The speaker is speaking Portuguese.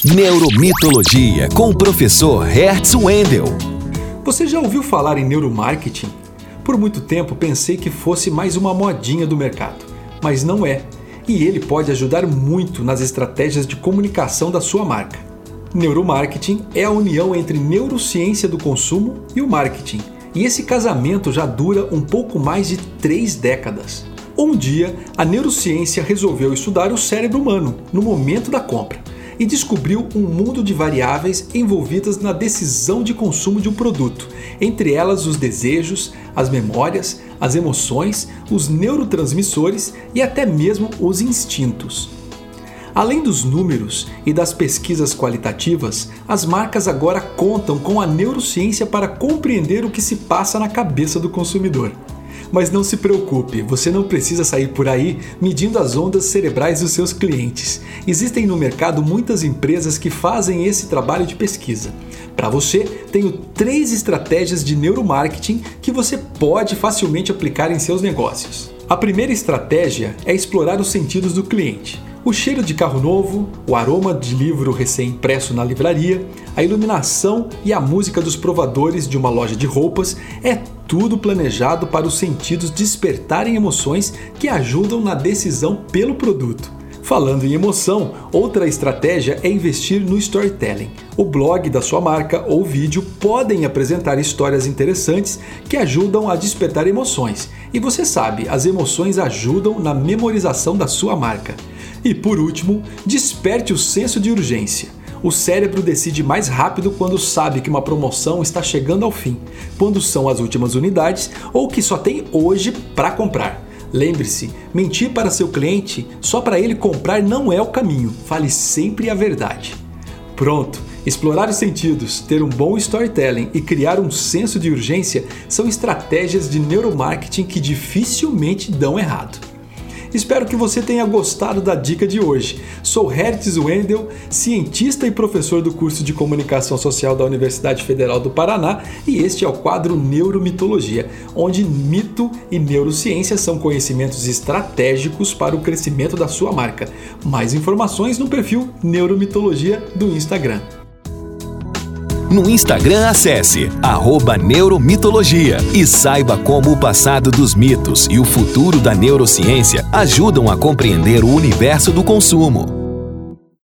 Neuromitologia com o professor Hertz Wendel. Você já ouviu falar em neuromarketing? Por muito tempo pensei que fosse mais uma modinha do mercado, mas não é. E ele pode ajudar muito nas estratégias de comunicação da sua marca. Neuromarketing é a união entre neurociência do consumo e o marketing. E esse casamento já dura um pouco mais de 3 décadas. Um dia, a neurociência resolveu estudar o cérebro humano no momento da compra e descobriu um mundo de variáveis envolvidas na decisão de consumo de um produto, entre elas os desejos, as memórias, as emoções, os neurotransmissores e até mesmo os instintos. Além dos números e das pesquisas qualitativas, as marcas agora contam com a neurociência para compreender o que se passa na cabeça do consumidor. Mas não se preocupe, você não precisa sair por aí medindo as ondas cerebrais dos seus clientes. Existem no mercado muitas empresas que fazem esse trabalho de pesquisa. Para você, tenho 3 estratégias de neuromarketing que você pode facilmente aplicar em seus negócios. A primeira estratégia é explorar os sentidos do cliente. O cheiro de carro novo, o aroma de livro recém-impresso na livraria, a iluminação e a música dos provadores de uma loja de roupas é tudo planejado para os sentidos despertarem emoções que ajudam na decisão pelo produto. Falando em emoção, outra estratégia é investir no storytelling. O blog da sua marca ou vídeo podem apresentar histórias interessantes que ajudam a despertar emoções. E você sabe, as emoções ajudam na memorização da sua marca. E por último, desperte o senso de urgência. O cérebro decide mais rápido quando sabe que uma promoção está chegando ao fim, quando são as últimas unidades ou que só tem hoje para comprar. Lembre-se, mentir para seu cliente só para ele comprar não é o caminho. Fale sempre a verdade. Pronto! Explorar os sentidos, ter um bom storytelling e criar um senso de urgência são estratégias de neuromarketing que dificilmente dão errado. Espero que você tenha gostado da dica de hoje. Sou Hertz Wendel, cientista e professor do curso de Comunicação Social da Universidade Federal do Paraná, e este é o quadro Neuromitologia, onde mito e neurociência são conhecimentos estratégicos para o crescimento da sua marca. Mais informações no perfil Neuromitologia do Instagram. No Instagram, acesse @neuromitologia e saiba como o passado dos mitos e o futuro da neurociência ajudam a compreender o universo do consumo.